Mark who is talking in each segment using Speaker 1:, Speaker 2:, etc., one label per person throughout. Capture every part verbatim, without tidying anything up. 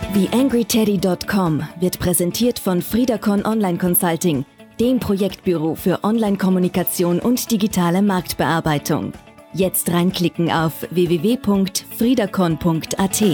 Speaker 1: The Angry Teddy Punkt com wird präsentiert von Friedacon Online Consulting, dem Projektbüro für Online-Kommunikation und digitale Marktbearbeitung. Jetzt reinklicken auf w w w punkt friedacon punkt a t.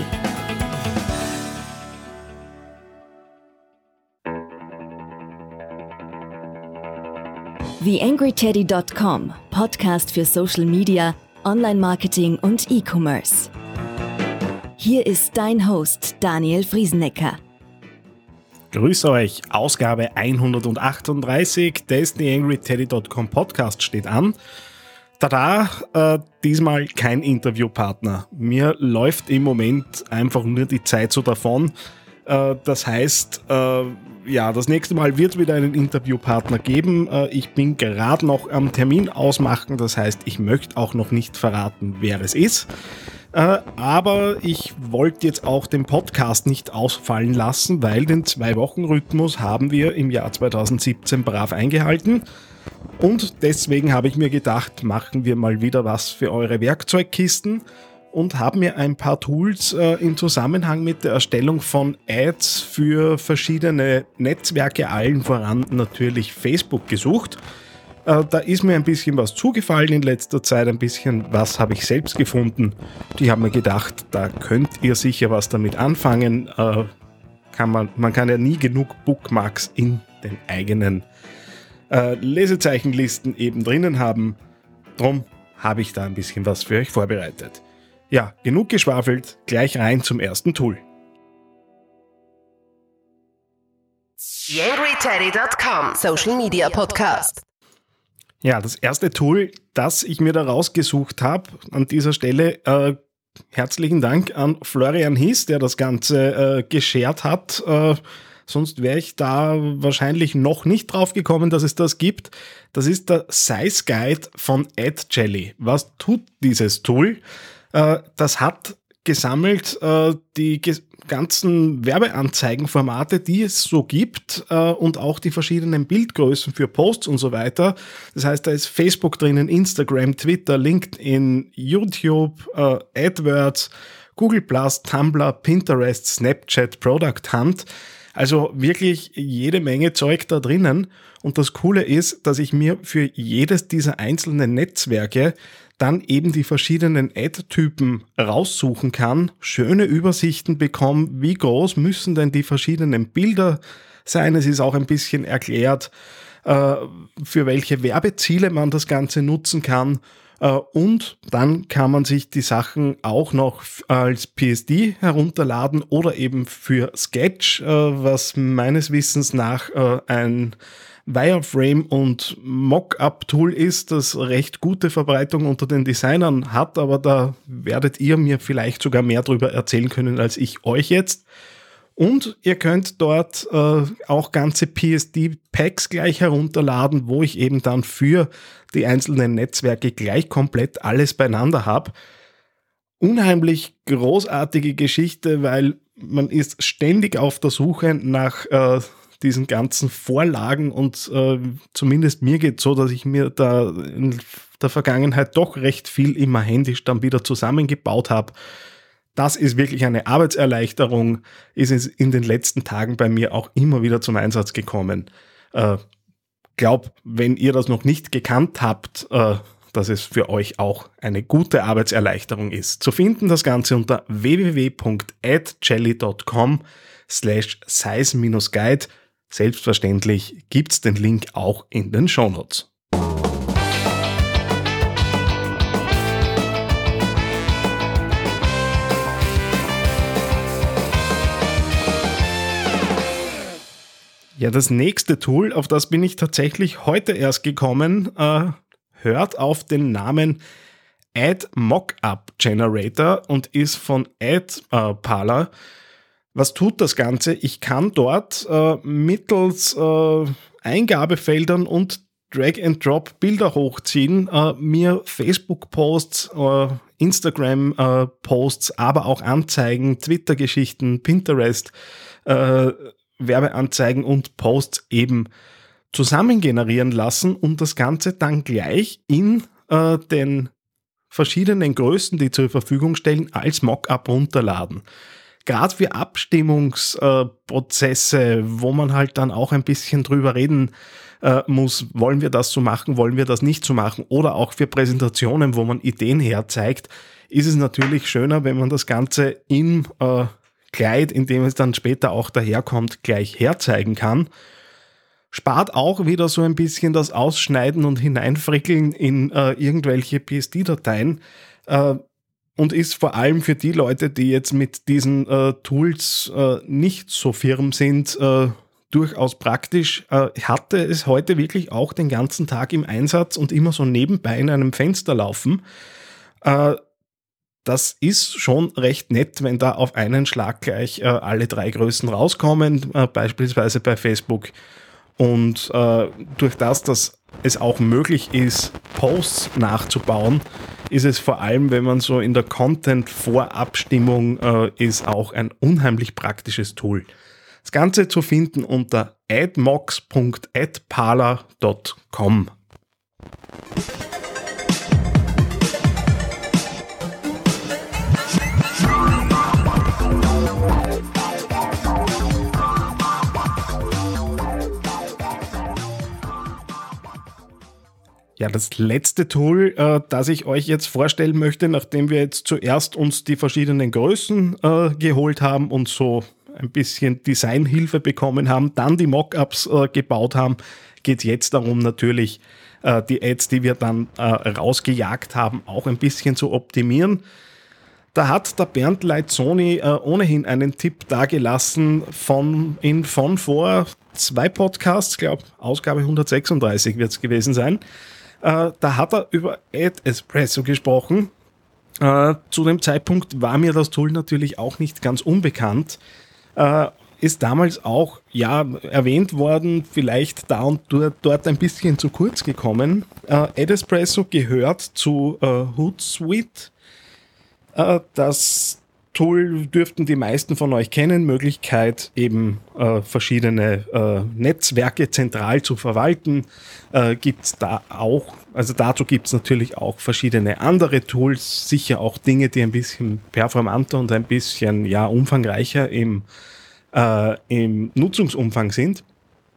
Speaker 1: The Angry Teddy Punkt com, Podcast für Social Media, Online-Marketing und E-Commerce. Hier ist dein Host Daniel Friesenecker.
Speaker 2: Grüße euch, Ausgabe hundertachtunddreißig des The Angry Teddy Punkt com Podcast steht an. Tada, äh, diesmal kein Interviewpartner. Mir läuft im Moment einfach nur die Zeit so davon. Äh, das heißt, äh, ja, das nächste Mal wird es wieder einen Interviewpartner geben. Äh, ich bin gerade noch am Termin ausmachen, das heißt, ich möchte auch noch nicht verraten, wer es ist. Äh, aber ich wollte jetzt auch den Podcast nicht ausfallen lassen, weil den Zwei-Wochen-Rhythmus haben wir im Jahr zweitausendsiebzehn brav eingehalten. Und deswegen habe ich mir gedacht, machen wir mal wieder was für eure Werkzeugkisten und habe mir ein paar Tools äh, im Zusammenhang mit der Erstellung von Ads für verschiedene Netzwerke, allen voran natürlich Facebook, gesucht. Äh, da ist mir ein bisschen was zugefallen in letzter Zeit, ein bisschen was habe ich selbst gefunden. Ich habe mir gedacht, da könnt ihr sicher was damit anfangen. Äh, kann man, man kann ja nie genug Bookmarks in den eigenen äh, Lesezeichenlisten eben drinnen haben. Drum habe ich da ein bisschen was für euch vorbereitet. Ja, genug geschwafelt, gleich rein zum ersten Tool.
Speaker 3: The Angry Teddy Punkt com Social Media Podcast.
Speaker 2: Ja, das erste Tool, das ich mir da rausgesucht habe, an dieser Stelle äh, herzlichen Dank an Florian Hiss, der das Ganze äh, geshared hat. Äh, sonst wäre ich da wahrscheinlich noch nicht drauf gekommen, dass es das gibt. Das ist der Size Guide von AdJelly. Was tut dieses Tool? Äh, das hat gesammelt äh, die ge- ganzen Werbeanzeigenformate, die es so gibt äh, und auch die verschiedenen Bildgrößen für Posts und so weiter. Das heißt, da ist Facebook drinnen, Instagram, Twitter, LinkedIn, YouTube, äh, AdWords, Google Plus, Tumblr, Pinterest, Snapchat, Product Hunt. Also wirklich jede Menge Zeug da drinnen. Und das Coole ist, dass ich mir für jedes dieser einzelnen Netzwerke dann eben die verschiedenen Ad-Typen raussuchen kann, schöne Übersichten bekomme, wie groß müssen denn die verschiedenen Bilder sein. Es ist auch ein bisschen erklärt, äh, für welche Werbeziele man das Ganze nutzen kann. Äh, und dann kann man sich die Sachen auch noch als P S D herunterladen oder eben für Sketch, äh, was meines Wissens nach äh, ein Wireframe und Mockup-Tool ist, das recht gute Verbreitung unter den Designern hat, aber da werdet ihr mir vielleicht sogar mehr darüber erzählen können als ich euch jetzt. Und ihr könnt dort äh, auch ganze P S D-Packs gleich herunterladen, wo ich eben dann für die einzelnen Netzwerke gleich komplett alles beieinander habe. Unheimlich großartige Geschichte, weil man ist ständig auf der Suche nach äh, diesen ganzen Vorlagen und äh, zumindest mir geht es so, dass ich mir da in der Vergangenheit doch recht viel immer händisch dann wieder zusammengebaut habe. Das ist wirklich eine Arbeitserleichterung, ist in den letzten Tagen bei mir auch immer wieder zum Einsatz gekommen. Äh, glaub, wenn ihr das noch nicht gekannt habt, äh, dass es für euch auch eine gute Arbeitserleichterung ist. Zu finden das Ganze unter w w w punkt adjelly punkt com slash size guide. Selbstverständlich gibt's den Link auch in den Shownotes. Ja, das nächste Tool, auf das bin ich tatsächlich heute erst gekommen, äh, hört auf den Namen Ad Mockup Generator und ist von AdParlor. Was tut das Ganze? Ich kann dort äh, mittels äh, Eingabefeldern und Drag-and-Drop Bilder hochziehen, äh, mir Facebook-Posts, äh, Instagram-Posts, aber auch Anzeigen, Twitter-Geschichten, Pinterest, äh, Werbeanzeigen und Posts eben zusammen generieren lassen und das Ganze dann gleich in äh, den verschiedenen Größen, die zur Verfügung stellen, als Mockup runterladen. gerade für Abstimmungsprozesse, äh, wo man halt dann auch ein bisschen drüber reden äh, muss, wollen wir das so machen, wollen wir das nicht so machen, oder auch für Präsentationen, wo man Ideen herzeigt, ist es natürlich schöner, wenn man das Ganze im äh, Kleid, in dem es dann später auch daherkommt, gleich herzeigen kann. Spart auch wieder so ein bisschen das Ausschneiden und Hineinfrickeln in äh, irgendwelche P S D-Dateien äh, und ist vor allem für die Leute, die jetzt mit diesen äh, Tools äh, nicht so firm sind, äh, durchaus praktisch. Äh, ich hatte es heute wirklich auch den ganzen Tag im Einsatz und immer so nebenbei in einem Fenster laufen. Äh, Das ist schon recht nett, wenn da auf einen Schlag gleich äh, alle drei Größen rauskommen, äh, beispielsweise bei Facebook. Und äh, durch das, dass es auch möglich ist, Posts nachzubauen, ist es vor allem, wenn man so in der Content-Vorabstimmung äh, ist, auch ein unheimlich praktisches Tool. Das Ganze zu finden unter admox punkt adparler punkt com. Ja, das letzte Tool, äh, das ich euch jetzt vorstellen möchte, nachdem wir jetzt zuerst uns die verschiedenen Größen äh, geholt haben und so ein bisschen Designhilfe bekommen haben, dann die Mockups äh, gebaut haben, geht es jetzt darum, natürlich äh, die Ads, die wir dann äh, rausgejagt haben, auch ein bisschen zu optimieren. Da hat der Bernd Leitzoni äh, ohnehin einen Tipp dagelassen von, in, von vor zwei Podcasts, glaube Ausgabe hundertsechsunddreißig wird es gewesen sein. Äh, da hat er über AdEspresso gesprochen. Äh, zu dem Zeitpunkt war mir das Tool natürlich auch nicht ganz unbekannt. Äh, ist damals auch ja, erwähnt worden, vielleicht da und dort ein bisschen zu kurz gekommen. Äh, AdEspresso gehört zu äh, Hootsuite. Äh, das Tool dürften die meisten von euch kennen, Möglichkeit eben äh, verschiedene äh, Netzwerke zentral zu verwalten, äh, gibt es da auch, also dazu gibt es natürlich auch verschiedene andere Tools, sicher auch Dinge, die ein bisschen performanter und ein bisschen ja, umfangreicher im, äh, im Nutzungsumfang sind.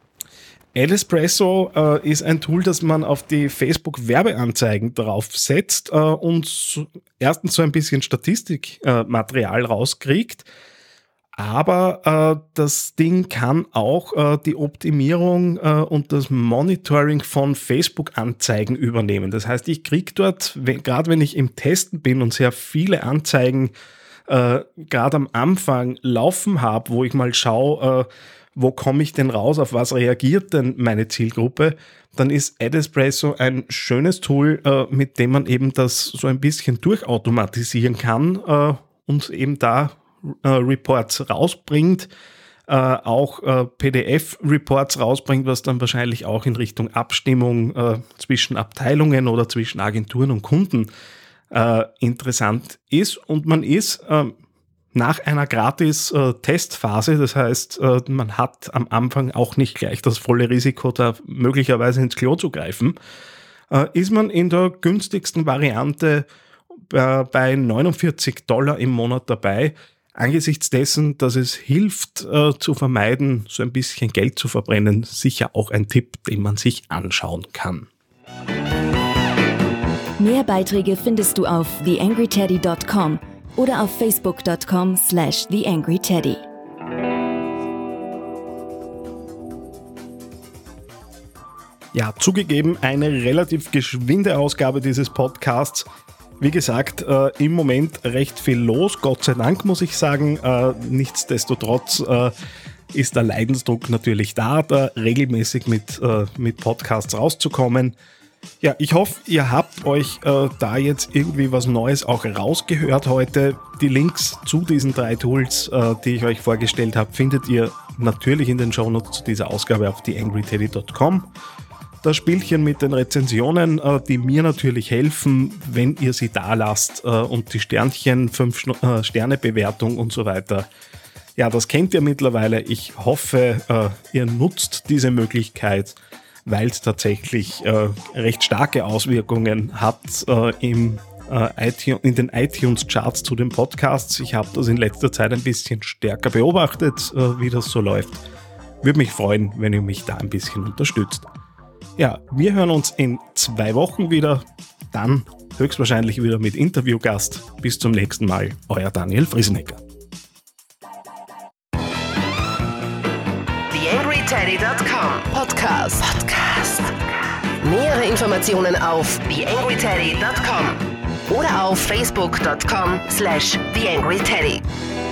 Speaker 2: AdEspresso äh, ist ein Tool, das man auf die Facebook-Werbeanzeigen draufsetzt äh, und so, erstens so ein bisschen Statistikmaterial äh, rauskriegt, aber äh, das Ding kann auch äh, die Optimierung äh, und das Monitoring von Facebook-Anzeigen übernehmen. Das heißt, ich kriege dort, gerade wenn ich im Testen bin und sehr viele Anzeigen äh, gerade am Anfang laufen habe, wo ich mal schaue, äh, wo komme ich denn raus, auf was reagiert denn meine Zielgruppe, dann ist AdEspresso ein schönes Tool, äh, mit dem man eben das so ein bisschen durchautomatisieren kann äh, und eben da äh, Reports rausbringt, äh, auch äh, P D F-Reports rausbringt, was dann wahrscheinlich auch in Richtung Abstimmung äh, zwischen Abteilungen oder zwischen Agenturen und Kunden äh, interessant ist. Und man ist äh, nach einer Gratis-Testphase, das heißt, äh, man hat am Anfang auch nicht gleich das volle Risiko, da möglicherweise ins Klo zu greifen, äh, ist man in der günstigsten Variante äh, bei neunundvierzig Dollar im Monat dabei, angesichts dessen, dass es hilft, äh, zu vermeiden, so ein bisschen Geld zu verbrennen. Sicher auch ein Tipp, den man sich anschauen kann.
Speaker 1: Mehr Beiträge findest du auf the angry teddy dot com oder auf facebook dot com slash the angry teddy.
Speaker 2: Ja, zugegeben, eine relativ geschwinde Ausgabe dieses Podcasts. Wie gesagt, äh, im Moment recht viel los, Gott sei Dank muss ich sagen. Äh, nichtsdestotrotz äh, ist der Leidensdruck natürlich da, da regelmäßig mit, äh, mit Podcasts rauszukommen. Ja, ich hoffe, ihr habt euch äh, da jetzt irgendwie was Neues auch rausgehört heute. Die Links zu diesen drei Tools, äh, die ich euch vorgestellt habe, findet ihr natürlich in den Shownotes zu dieser Ausgabe auf the angry teddy dot com. Das Spielchen mit den Rezensionen, äh, die mir natürlich helfen, wenn ihr sie da lasst äh, und die Sternchen, fünf äh, Sterne Bewertung und so weiter. Ja, das kennt ihr mittlerweile. Ich hoffe, äh, ihr nutzt diese Möglichkeit, weil es tatsächlich äh, recht starke Auswirkungen hat äh, im in den iTunes-Charts zu den Podcasts. Ich habe das in letzter Zeit ein bisschen stärker beobachtet, wie das so läuft. Würde mich freuen, wenn ihr mich da ein bisschen unterstützt. Ja, wir hören uns in zwei Wochen wieder, dann höchstwahrscheinlich wieder mit Interviewgast. Bis zum nächsten Mal, euer Daniel Friesenecker.
Speaker 3: the angry teddy dot com Podcast. Podcast. Nähere Informationen auf the angry teddy dot com oder auf facebook dot com slash the angry teddy.